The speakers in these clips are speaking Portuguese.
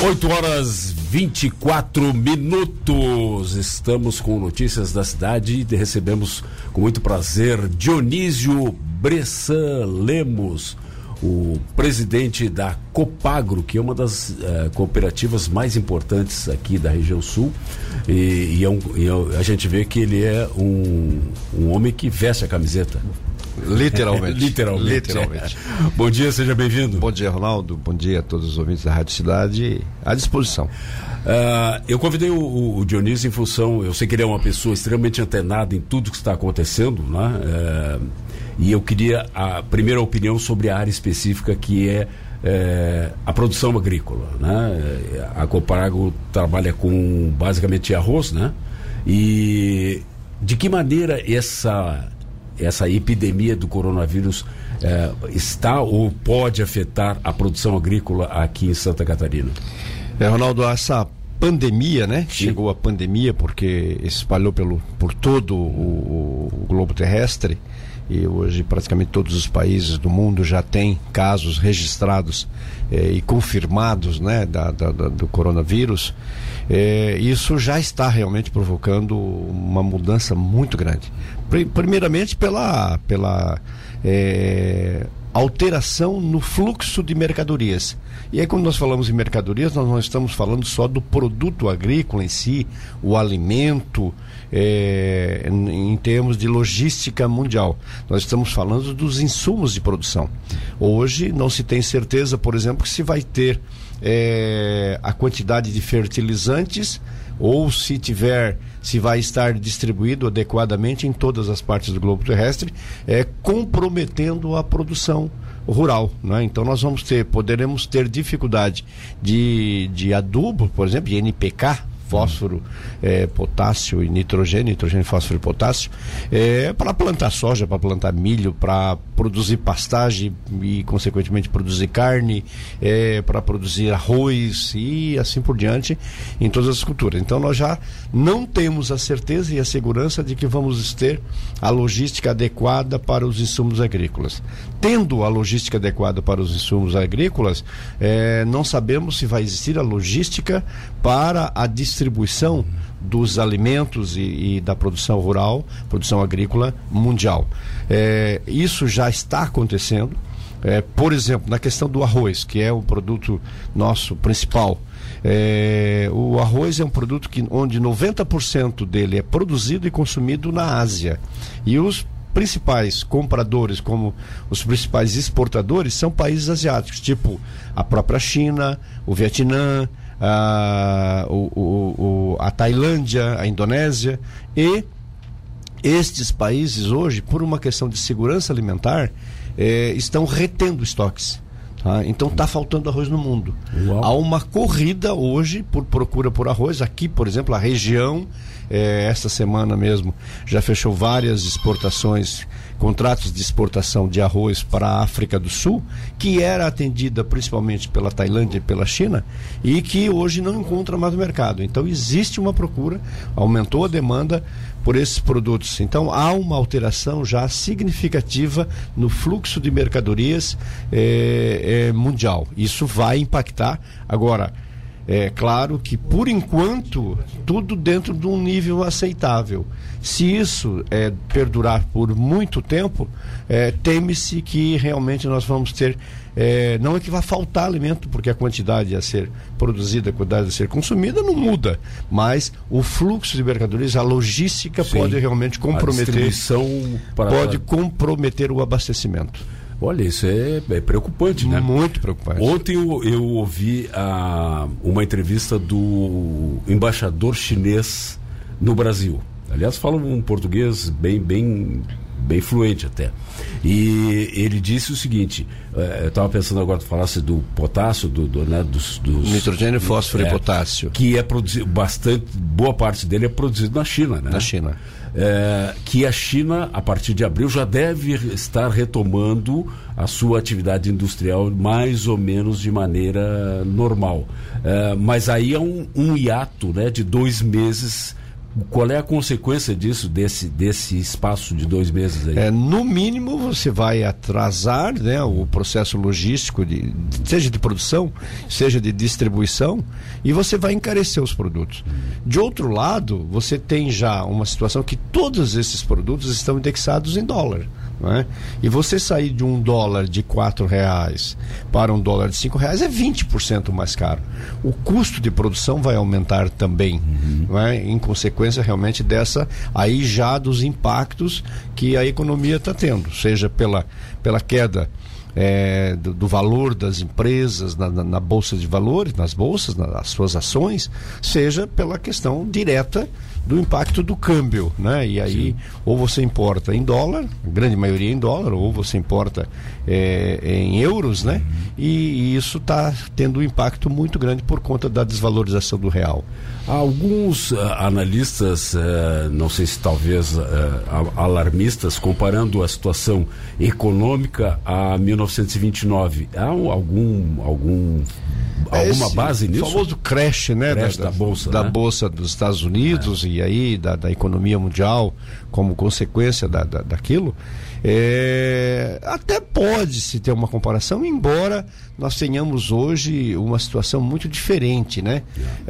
8h24. Estamos com notícias da cidade e recebemos com muito prazer Dionísio Bressan Lemos, o presidente da Copagro, que é uma das cooperativas mais importantes aqui da região sul, e a gente vê que ele é um homem que veste a camiseta. Literalmente. Literalmente. Bom dia, seja bem-vindo. Bom dia, Ronaldo. Bom dia a todos os ouvintes da Rádio Cidade. À disposição. Eu convidei o Dionísio em função, eu sei que ele é uma pessoa extremamente antenada em tudo que está acontecendo, né? E eu queria a primeira opinião sobre a área específica que é a produção agrícola, né? A Copagro trabalha com basicamente arroz, né? E de que maneira essa epidemia do coronavírus está ou pode afetar a produção agrícola aqui em Santa Catarina? Ronaldo, essa pandemia, né? Sim. Chegou a pandemia porque espalhou por todo o globo terrestre, e hoje praticamente todos os países do mundo já têm casos registrados e confirmados, né, do coronavírus. Isso já está realmente provocando uma mudança muito grande. Primeiramente pela alteração no fluxo de mercadorias. E aí, quando nós falamos em mercadorias, nós não estamos falando só do produto agrícola em si, o alimento, em termos de logística mundial. Nós estamos falando dos insumos de produção. Hoje não se tem certeza, por exemplo, que se vai ter a quantidade de fertilizantes, ou se vai estar distribuído adequadamente em todas as partes do globo terrestre, comprometendo a produção rural, né? Então nós poderemos ter dificuldade de adubo, por exemplo, de NPK, fósforo, potássio e nitrogênio, fósforo e potássio, para plantar soja, para plantar milho, para produzir pastagem e, consequentemente, produzir carne, para produzir arroz e assim por diante, em todas as culturas. Então nós já não temos a certeza e a segurança de que vamos ter a logística adequada para os insumos agrícolas. Tendo a logística adequada para os insumos agrícolas, não sabemos se vai existir a logística para a distribuição dos alimentos e da produção rural, produção agrícola mundial. Isso já está acontecendo. Por exemplo, na questão do arroz, que é o produto nosso principal. O arroz é um produto onde 90% dele é produzido e consumido na Ásia. E os principais compradores, como os principais exportadores, são países asiáticos, tipo a própria China, o Vietnã, a Tailândia, a Indonésia. E estes países hoje, por uma questão de segurança alimentar, estão retendo estoques. Tá? Então está faltando arroz no mundo. Uau. Há uma corrida hoje por procura por arroz. Aqui, por exemplo, a região, esta semana mesmo, já fechou várias exportações, contratos de exportação de arroz para a África do Sul, que era atendida principalmente pela Tailândia e pela China, e que hoje não encontra mais no mercado. Então existe uma procura, aumentou a demanda por esses produtos. Então há uma alteração já significativa no fluxo de mercadorias mundial. Isso vai impactar. Agora, claro que, por enquanto, tudo dentro de um nível aceitável. Se isso perdurar por muito tempo, teme-se que realmente nós vamos ter... não é que vai faltar alimento, porque a quantidade a ser produzida, a quantidade a ser consumida não muda, mas o fluxo de mercadorias, a logística, sim, pode realmente comprometer, pode comprometer o abastecimento. Olha, isso é preocupante, né? Muito preocupante. Ontem eu ouvi uma entrevista do embaixador chinês no Brasil. Aliás, fala um português bem fluente até. E ele disse o seguinte, eu estava pensando agora, tu falasse do potássio, dos nitrogênio, fósforo e potássio. Que é produzido, boa parte dele é produzido na China, né? Na China. Que a China, a partir de abril, já deve estar retomando a sua atividade industrial mais ou menos de maneira normal. Mas aí é um hiato, né, de 2 meses qual é a consequência disso, desse espaço de 2 meses aí? No mínimo, você vai atrasar, né, o processo logístico, seja de produção, seja de distribuição, e você vai encarecer os produtos. De outro lado, você tem já uma situação que todos esses produtos estão indexados em dólar. Né? E você sair de $1 de R$4 para $1 de R$5 é 20% mais caro. O custo de produção vai aumentar também, né? Em consequência realmente aí já dos impactos que a economia está tendo, seja pela queda do valor das empresas na bolsa de valores, nas bolsas, nas suas ações, seja pela questão direta do impacto do câmbio, né? E aí, ou você importa em dólar, a grande maioria em dólar, ou você importa em euros, né? E isso está tendo um impacto muito grande por conta da desvalorização do real. Alguns analistas, não sei se talvez alarmistas, comparando a situação econômica a 1929. Há alguma base nisso? O famoso crash, né? Crash da Bolsa, da né? Bolsa dos Estados Unidos e aí da economia mundial como consequência daquilo. Até pode-se ter uma comparação, embora nós tenhamos hoje uma situação muito diferente, né?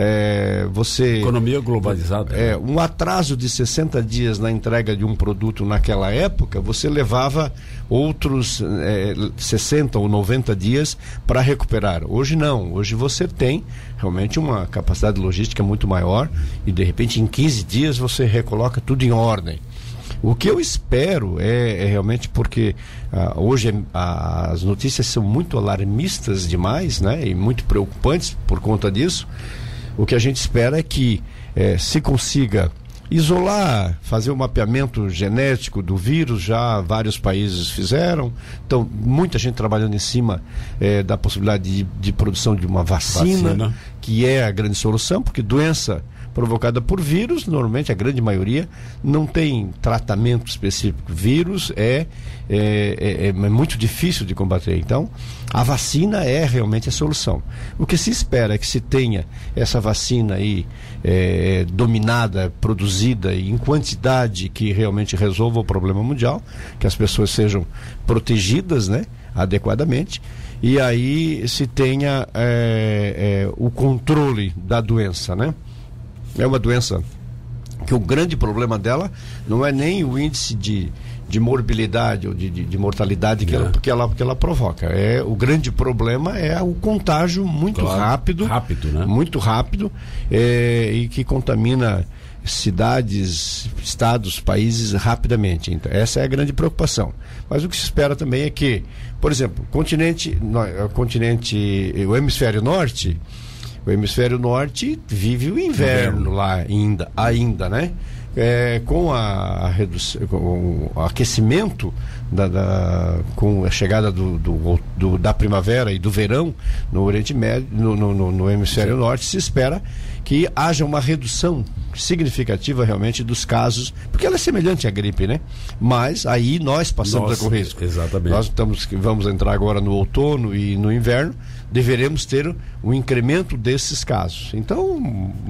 Economia globalizada. Um atraso de 60 dias na entrega de um produto naquela época, você levava outros 60 ou 90 dias para recuperar. Hoje não, hoje você tem realmente uma capacidade logística muito maior e de repente em 15 dias você recoloca tudo em ordem. O que eu espero é realmente porque hoje as notícias são muito alarmistas demais, né? E muito preocupantes por conta disso. O que a gente espera é que se consiga isolar, fazer o mapeamento genético do vírus, já vários países fizeram. Então, muita gente trabalhando em cima da possibilidade de produção de uma vacina, que é a grande solução, porque doença provocada por vírus, normalmente a grande maioria não tem tratamento específico. Vírus é muito difícil de combater. Então, a vacina é realmente a solução. O que se espera é que se tenha essa vacina aí dominada, produzida em quantidade que realmente resolva o problema mundial, que as pessoas sejam protegidas, né, adequadamente, e aí se tenha o controle da doença, né? É uma doença que o grande problema dela não é nem o índice de morbilidade ou de mortalidade que ela provoca. O grande problema é o contágio muito rápido, né? Muito rápido, e que contamina cidades, estados, países rapidamente. Então, essa é a grande preocupação. Mas o que se espera também é que, por exemplo, o hemisfério norte. O hemisfério norte vive o inverno lá ainda, né? Com com o aquecimento com a chegada da primavera e do verão no Oriente Médio, no hemisfério norte, se espera que haja uma redução significativa realmente dos casos, porque ela é semelhante à gripe, né? Mas aí nós passamos a correr risco. Exatamente. Nós vamos entrar agora no outono e no inverno, deveremos ter um incremento desses casos. Então,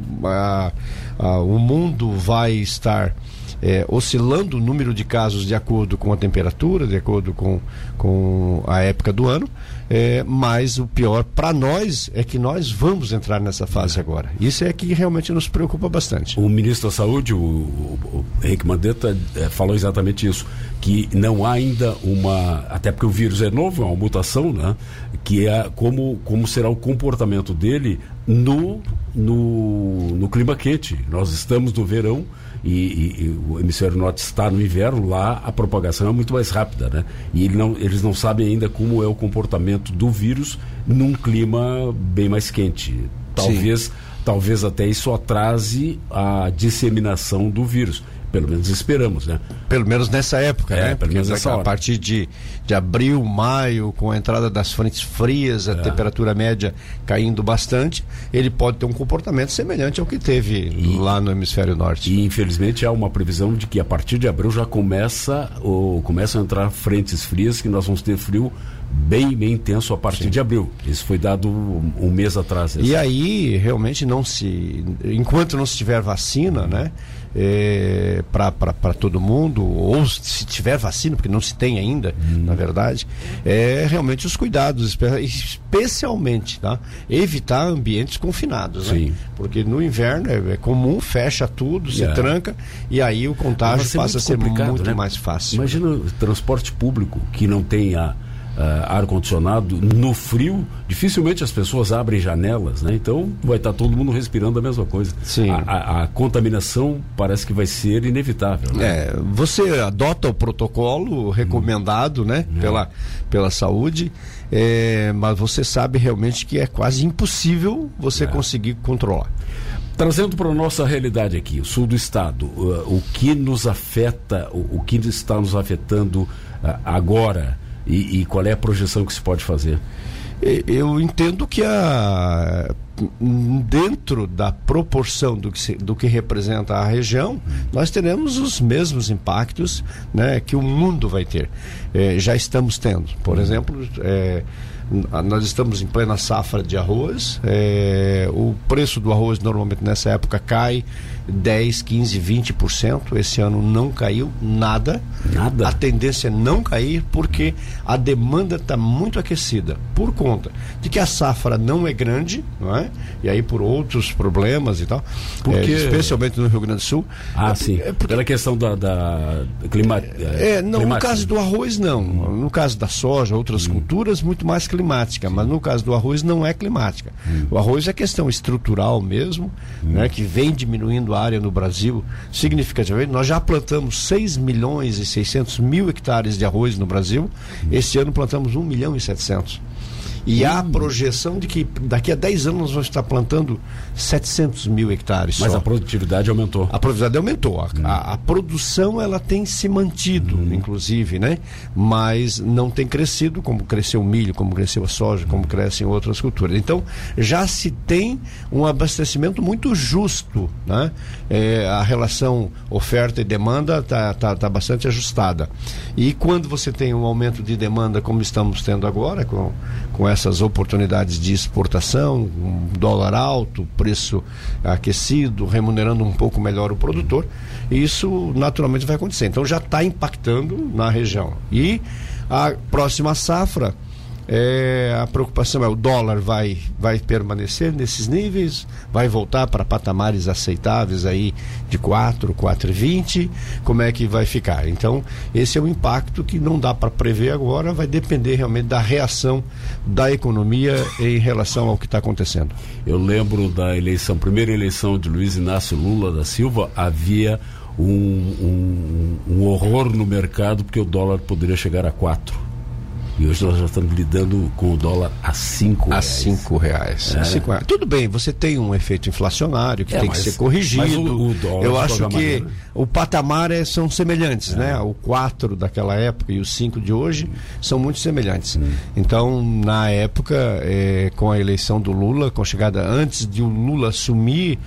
o mundo vai estar oscilando o número de casos de acordo com a temperatura, de acordo com a época do ano, mas o pior para nós é que nós vamos entrar nessa fase agora. Isso é que realmente nos preocupa bastante. O ministro da Saúde, o Henrique Mandetta, falou exatamente isso, que não há ainda até porque o vírus é novo, é uma mutação, né? Que é como será o comportamento dele no clima quente. Nós estamos no verão e o hemisfério norte está no inverno, lá a propagação é muito mais rápida, né? E eles não sabem ainda como é o comportamento do vírus num clima bem mais quente. Talvez até isso atrase a disseminação do vírus. Pelo menos esperamos, né? Pelo menos nessa época, né? Pelo menos nessa hora. A partir de abril, maio, com a entrada das frentes frias, a temperatura média caindo bastante, ele pode ter um comportamento semelhante ao que teve lá no hemisfério norte. E infelizmente há uma previsão de que a partir de abril já começam a entrar frentes frias, que nós vamos ter frio bem intenso a partir de abril. Isso foi dado um mês atrás. E aí, realmente, enquanto não se tiver vacina, né? para todo mundo, ou se tiver vacina, porque não se tem ainda, na verdade, realmente os cuidados, especialmente, tá? Evitar ambientes confinados, né? Porque no inverno é comum, fecha tudo, se tranca, e aí o contágio passa a ser muito mais fácil. Imagina o transporte público que não tenha ar-condicionado, no frio, dificilmente as pessoas abrem janelas, né? Então vai estar todo mundo respirando a mesma coisa. Sim. A contaminação parece que vai ser inevitável, né? Você adota o protocolo recomendado, né? Pela saúde, mas você sabe realmente que é quase impossível você conseguir controlar. Trazendo para a nossa realidade aqui, o sul do estado, o que nos afeta, o que está nos afetando agora, e qual é a projeção que se pode fazer? Eu entendo que dentro da proporção do que representa a região, nós teremos os mesmos impactos, né, que o mundo vai ter. Já estamos tendo. Por exemplo, nós estamos em plena safra de arroz. O preço do arroz normalmente nessa época cai 10, 15, 20%. Esse ano não caiu nada. A tendência é não cair porque a demanda está muito aquecida, por conta de que a safra não é grande, não é? E aí por outros problemas e tal, especialmente no Rio Grande do Sul. Sim. Pela questão da climática. No caso do arroz não. No caso da soja, outras culturas, muito mais climática, mas no caso do arroz não é climática. O arroz é questão estrutural mesmo, né, que vem diminuindo a área no Brasil significativamente. Nós já plantamos 6 milhões e 600 mil hectares de arroz no Brasil. Esse ano plantamos 1 milhão e 700. E há a projeção de que daqui a 10 anos nós vamos estar plantando 700 mil hectares. Mas a produtividade aumentou. A produtividade aumentou. A produção ela tem se mantido, inclusive, né? Mas não tem crescido como cresceu o milho, como cresceu a soja, como crescem outras culturas. Então, já se tem um abastecimento muito justo, né? A relação oferta e demanda está bastante ajustada. E quando você tem um aumento de demanda como estamos tendo agora, com essas oportunidades de exportação, um dólar alto, preço aquecido, remunerando um pouco melhor o produtor, isso naturalmente vai acontecer. Então já está impactando na região. E a próxima safra, a preocupação o dólar vai permanecer nesses níveis, vai voltar para patamares aceitáveis aí de 4,20, como é que vai ficar? Então esse é um impacto que não dá para prever agora, vai depender realmente da reação da economia em relação ao que está acontecendo. Eu lembro da primeira eleição de Luiz Inácio Lula da Silva, havia um horror no mercado porque o dólar poderia chegar a 4. E hoje nós já estamos lidando com o dólar a R$5. A R$5. Tudo bem, você tem um efeito inflacionário que tem que ser corrigido. Mas o dólar, eu acho que o patamar são semelhantes, né? O 4 daquela época e o 5 de hoje são muito semelhantes. Então, na época, com a eleição do Lula, com a chegada antes de o Lula assumir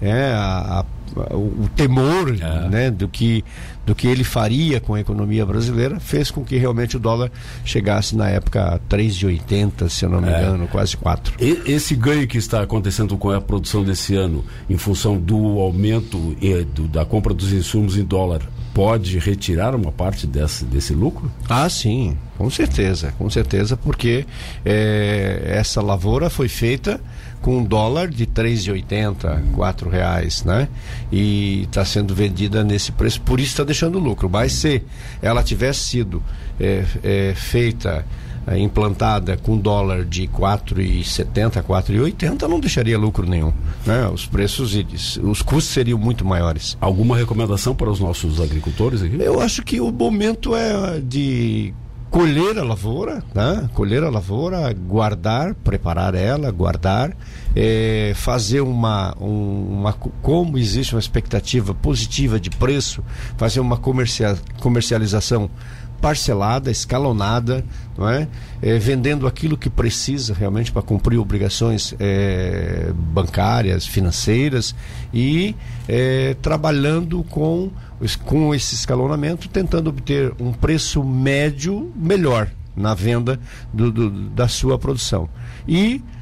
o temor, né, do que ele faria com a economia brasileira, fez com que realmente o dólar chegasse na época a 3,80, se eu não me engano, quase 4. Esse ganho que está acontecendo com a produção desse ano, em função do aumento da compra dos insumos em dólar, pode retirar uma parte desse lucro? Sim, com certeza, porque essa lavoura foi feita com um dólar de 3,80, R$4, né? E está sendo vendida nesse preço, por isso está deixando lucro. Mas se ela tivesse sido feita, implantada com dólar de 4,70, 4,80, não deixaria lucro nenhum, né? Os custos seriam muito maiores. Alguma recomendação para os nossos agricultores aqui? Eu acho que o momento é de colher a lavoura, né? Colher a lavoura, guardar, preparar ela, guardar, fazer como existe uma expectativa positiva de preço, fazer uma comercialização parcelada, escalonada, não é? Vendendo aquilo que precisa realmente para cumprir obrigações bancárias, financeiras e trabalhando com esse escalonamento, tentando obter um preço médio melhor na venda da sua produção. E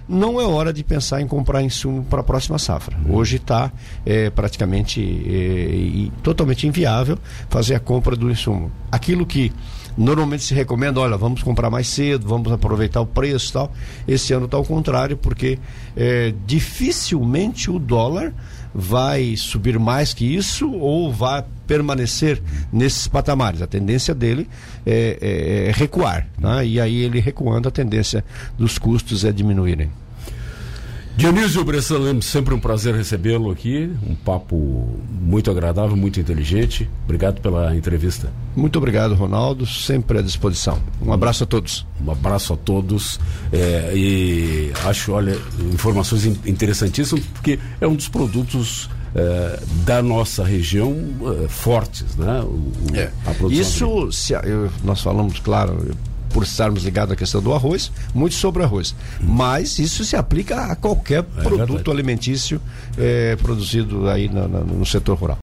não é hora de pensar em comprar insumo para a próxima safra. Hoje está praticamente totalmente inviável fazer a compra do insumo. Aquilo que normalmente se recomenda, olha, vamos comprar mais cedo, vamos aproveitar o preço e tal. Esse ano está ao contrário, porque dificilmente o dólar vai subir mais que isso ou vai permanecer nesses patamares. A tendência dele é recuar, né? E aí ele recuando, a tendência dos custos é diminuírem. Dionísio Bressan Lemos, sempre um prazer recebê-lo aqui, um papo muito agradável, muito inteligente. Obrigado pela entrevista. Muito obrigado, Ronaldo, sempre à disposição. Um abraço a todos. Um abraço a todos, e acho, olha, informações interessantíssimas, porque é um dos produtos da nossa região fortes, né? A produção. Isso, nós falamos, claro, por estarmos ligados à questão do arroz, muito sobre arroz. Mas isso se aplica a qualquer produto alimentício produzido aí no setor rural.